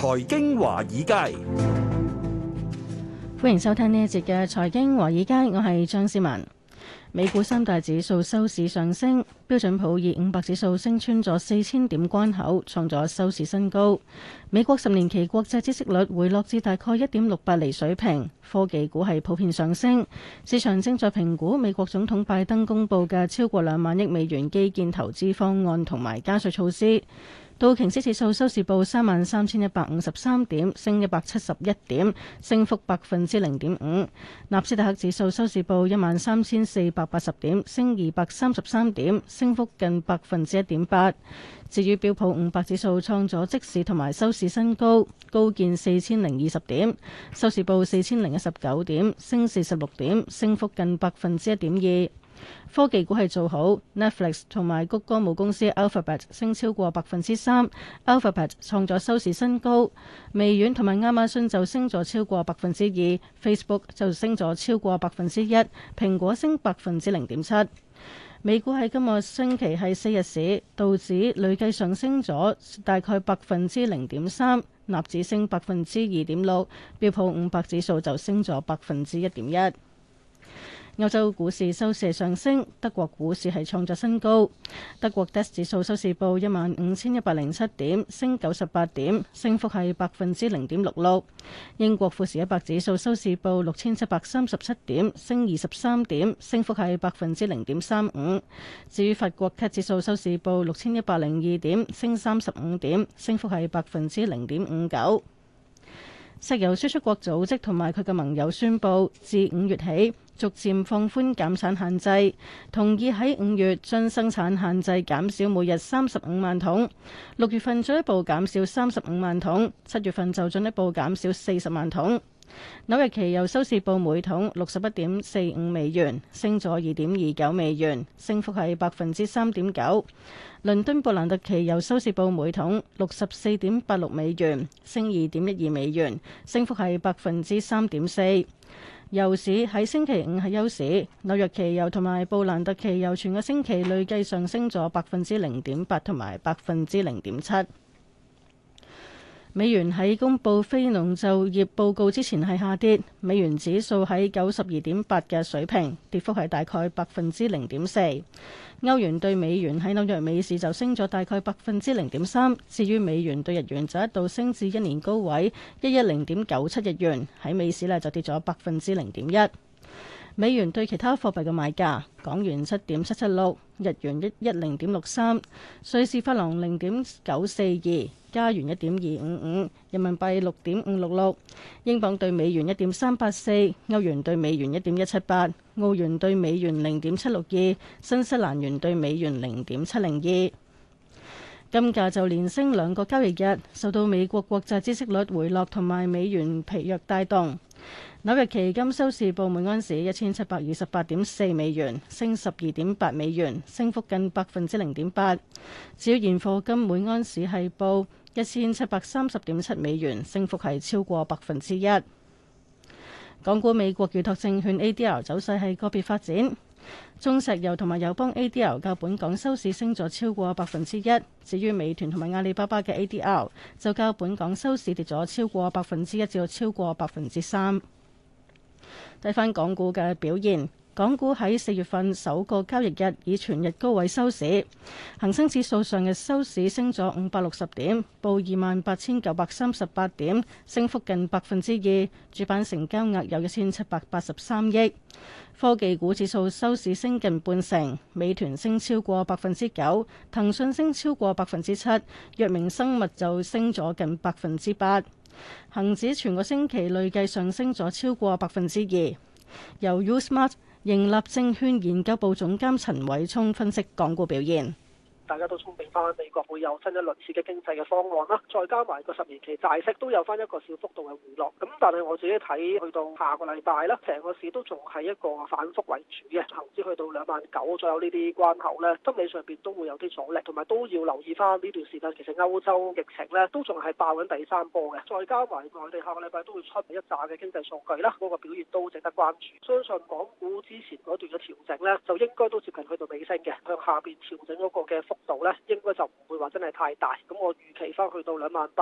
財經華爾街， 歡迎收聽呢一節嘅財經華爾街，我係張思文。美股三大指數收市上升，標準普爾500指數升穿咗4000點關口，創咗收市新高。美國10年期國債孳息率回落至大概1.68厘水平，科技股係普遍上升。市場正在評估美國總統拜登公佈嘅超過2萬億美元基建投資方案同埋加稅措施。道瓊斯指數收市報33,153點，升171點，升幅0.5%。納斯達克指數收市報13,480點，升233點，升幅近1.8%。至於標普500指數創咗即市同埋收市新高，高見4020點，收市報4019點，升46點，升幅近1.2%。科技股係做好 ，Netflix 同埋谷歌母公司 Alphabet 升超過3%，Alphabet 創咗收市新高。微軟同埋亞馬遜就升咗超過2%，Facebook 就升咗超過1%，蘋果升0.7%。美股喺今個星期係4日市，道指累計上升咗大概0.3%，納指升2.6%，標普500指數就升咗1.1%。歐洲股市收市上升，德國股市係創咗新高。德國 DAX 指數收市報15,107點，升98點，升幅係0.66%。英國富時100指數收市報6,737點，升23點，升幅係0.35%。至於法國 CAC 指數收市報6,102點，升35點，升幅係0.59%。石油輸出國組織同埋佢嘅盟友宣布，自5月起逐漸放寬減產限制，同意喺5月將生產限制減少每日35萬桶，6月份進一步減少35萬桶，7月份就進一步減少40萬桶。紐約期油收市報每桶61.45美元，升咗2.29美元，升幅係3.9%。倫敦布蘭特期油收市報每桶64.86美元，升2.12美元，升幅係3.4%。油市喺星期五係休市，紐約期油同埋布蘭特期油全個星期累計上升咗0.8%同埋0.7%。美元喺公布非農就業報告之前係下跌，美元指數喺92.8嘅水平，跌幅係大概0.4%。歐元對美元喺紐約美市就升咗大概0.3%，至於美元對日元就一度升至1年高位110.97日元，喺美市呢就跌咗0.1%。美元對其他貨幣嘅賣價：港元7.776，日元110.63，瑞士法郎0.942，加元1.255，人民幣6.566，英鎊對美元1.384，歐元對美元1.178，澳元對美元0.762，新西蘭元對美元0.702。金價就連升2個交易日，受到美國國債孳息率回落同埋美元疲弱帶動。紐約期金收市報每安士1728.4美元，升12.8美元，升幅近0.8%。至於現貨金每安士係報1730.7美元，升幅係超過1%。港股美國預託證券 ADR 走勢係個別發展。中石油同埋友邦 ADR 較本港收市升咗超過1%，至於美團同埋阿里巴巴嘅 ADR 就較本港收市跌咗超過1%至到超過3%。睇返港股嘅表現，港股喺4月份首個交易日以全日高位收市，恒生指數上日收市升咗560點，報28,938點，升幅近2%，主板成交額有1783億。科技股指數收市升近半成，美團升超過9%，騰訊升超過7%，藥明生物就升咗近8%。恒指全個星期累計上升咗超過2%。由 Usmart 盈立證券研究部總監陳偉聰分析港股表現。 大家都憧憬翻美國會有新一輪刺激經濟嘅方案啦，再加埋個10年期債息都有翻一個小幅度嘅回落。咁但係我自己睇去到下個禮拜啦，成個市都仲係一個反覆為主嘅，投資去到29,000左右呢啲關口咧，心理上邊都會有啲阻力，同埋都要留意翻呢段時間其實歐洲疫情咧都仲係爆緊第三波嘅，再加埋內地下個禮拜都會出一紮嘅經濟數據啦，嗰個表現都值得關注。相信港股之前嗰段嘅調整咧，就應該都接近去到尾聲嘅，向下邊調整嗰個嘅幅度咧，應該就唔會話真係太大。咁我預期翻去到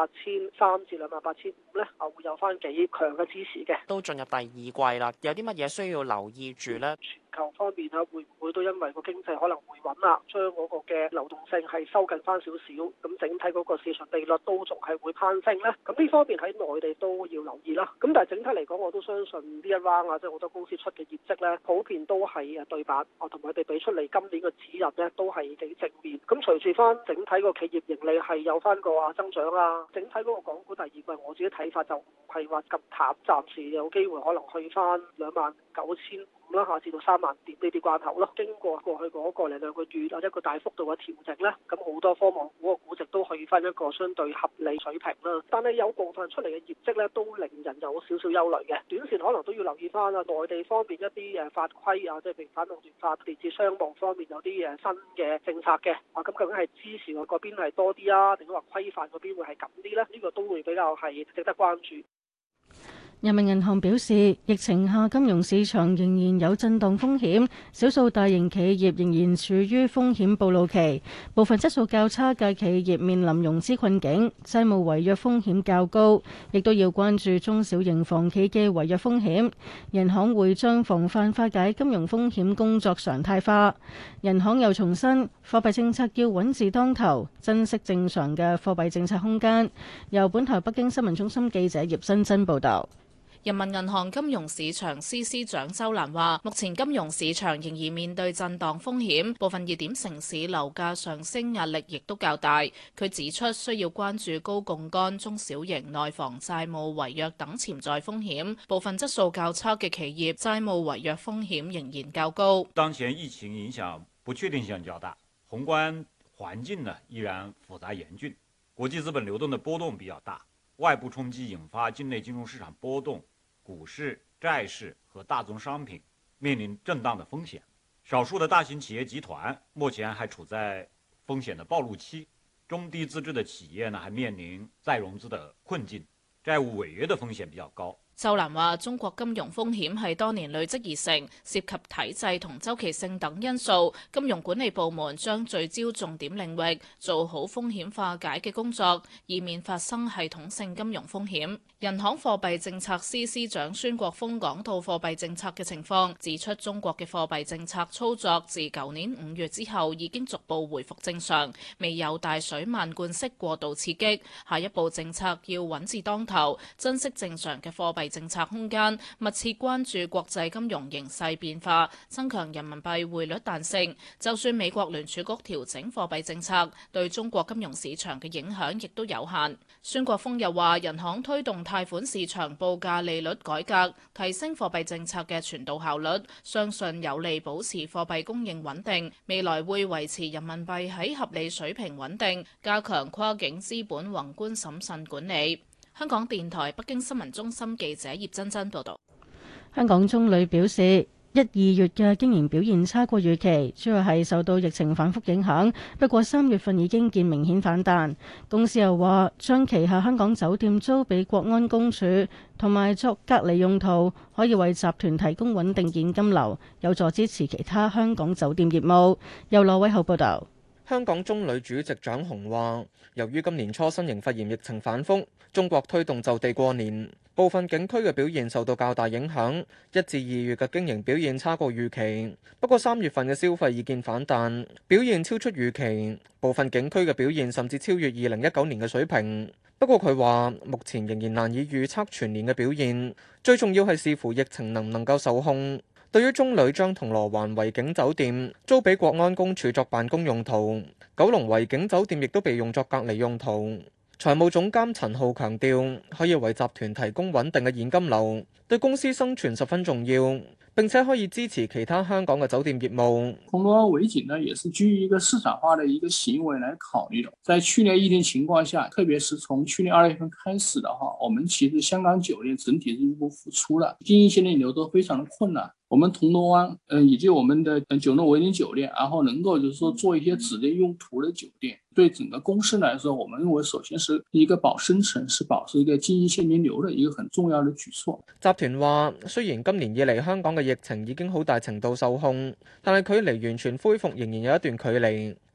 28,300至28,500咧，會有翻幾強嘅支持嘅。 都進入第二季啦，有啲乜嘢需要留意住咧？ 全球方面啊，會唔會都因為個經濟可能回穩啦，將嗰個嘅流動性係收緊翻少少，咁整體嗰個市場利率都仲係會攀升咧？咁呢方面喺內地都要留意啦。咁但係整體嚟講，我都相信呢一 round 啊，即係好多公司出嘅業績咧，普遍都係對版，同埋佢哋俾出嚟今年嘅指引咧，都係幾正面。咁隨住翻整體個企業盈利係有翻個增長啊，整體嗰個港股第二季我自己睇法就唔係話咁淡，暫時有機會可能去翻29,500啦，下至到3萬點呢啲關口咯。經過過去嗰個零兩個月啊，一個大幅度嘅調整咧，咁好多科網股嘅估值都去翻一個相對合理水平啦。但係有部分出嚟嘅業績咧，都令人有少少憂慮嘅。短線可能都要留意翻啊，內地方面一啲法規啊，即係譬如反壟斷法、電子商務方面有啲新嘅政策嘅啊，咁究竟係支持嗰邊係多啲啊，定係話規範嗰邊會係咁啲咧？呢個都會比較係值得關注。 人民銀行表示，疫情下金融市場仍然有震盪風險，少數大型企業仍然處於風險暴露期，部分質素較差嘅企業面臨融資困境，債務違約風險較高，亦都要關注中小型房企嘅違約風險。人行會將防範化解金融風險工作常態化。人行又重申，貨幣政策要穩字當頭，珍惜正常嘅貨幣政策空間。由本台北京新聞中心記者葉珍珍報道。 人民銀行金融市場司司長周蘭話：目前金融市場仍然面對震盪風險，部分熱點城市樓價上升壓力亦都較大。佢指出，需要關注高槓桿、中小型內房債務違約等潛在風險，部分質素較差嘅企業債務違約風險仍然較高。 當前疫情影響不確定性較大，宏觀環境呢依然複雜嚴峻，國際資本流動的波動比較大，外部衝擊引發境內金融市場波動。股市、債市和大宗商品面臨震盪的風險，少數的大型企業集團目前還處在風險的暴露期，中低資質的企業呢還面臨再融資的困境，債務違約的風險比較高。 周蘭話：中國金融風險係多年累積而成，涉及體制同周期性等因素。金融管理部門將聚焦重點領域，做好風險化解嘅工作，以免發生系統性金融風險。人行貨幣政策司司長孫國峰講到貨幣政策嘅情況，指出中國嘅貨幣政策操作自舊年5月之後已經逐步回復正常，未有大水漫灌式過度刺激。下一步政策要穩字當頭，珍惜正常嘅貨幣政策空間，密切關注國際金融形勢變化，增強人民幣匯率彈性。就算美國聯儲局調整貨幣政策，對中國金融市場嘅影響亦都有限。孫國峰又話，人行推動貸款市場報價利率改革，提升貨幣政策嘅傳導效率，相信有利保持貨幣供應穩定。未來會維持人民幣喺合理水平穩定，加強跨境資本宏觀審慎管理。香港電台北京新聞中心記者葉珍珍報道。 香港中旅表示，1、2月嘅經營表現差過預期，主要係受到疫情反覆影響。不過3月份已經見明顯反彈。公司又話，將旗下香港酒店租俾國安公署，同埋作隔離用途，可以為集團提供穩定現金流，有助支持其他香港酒店業務。由羅偉浩報道。 香港中旅主席蔣紅話，由於今年初新型肺炎疫情反覆，中國推動就地過年，部分景區嘅表現受到較大影響。1至2月嘅經營表現差過預期，不過3月份嘅消費已見反彈，表現超出預期。部分景區嘅表現甚至超越2019年嘅水平。不過佢話，目前仍然難以預測全年嘅表現，最重要係視乎疫情能唔能夠受控。對於中旅將銅鑼灣維景酒店租俾國安公署作辦公用途，九龍維景酒店亦都被用作隔離用途。財務總監陳浩強調，可以為集團提供穩定嘅現金流，對公司生存十分重要，並且可以支持其他香港嘅酒店業務。 銅鑼灣維景呢，也是基於一個市場化的一個行為來考慮的。在去年疫情情況下，特別是從去年2月份開始的話，我們其實香港酒店整體是入不敷出了，經營現金流都非常的困難。我們銅鑼灣以及我們的九龍維景酒店，然後能夠就是說做一些指定用途的酒店，對整個公司來說，我們認為首先是一個保生存，是保持一個經營現金流的一個很重要的舉措。 集團話，雖然今年以嚟香港嘅疫情已經好大程度受控，但係距離完全恢復仍然有一段距離。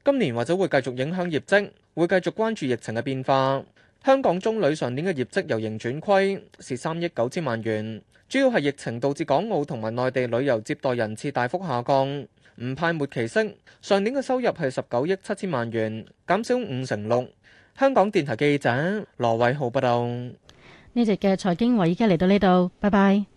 今年或者會繼續影響業績，會繼續關注疫情嘅變化。香港中旅上年嘅業績由盈轉虧，是3億9千萬元，主要係疫情導致港澳同埋內地旅遊接待人次大幅下降，唔派末期息。上年嘅收入係19億7千萬元，減少56%。香港電台記者羅偉浩報道。 呢節嘅財經話，而家嚟到呢度，拜拜。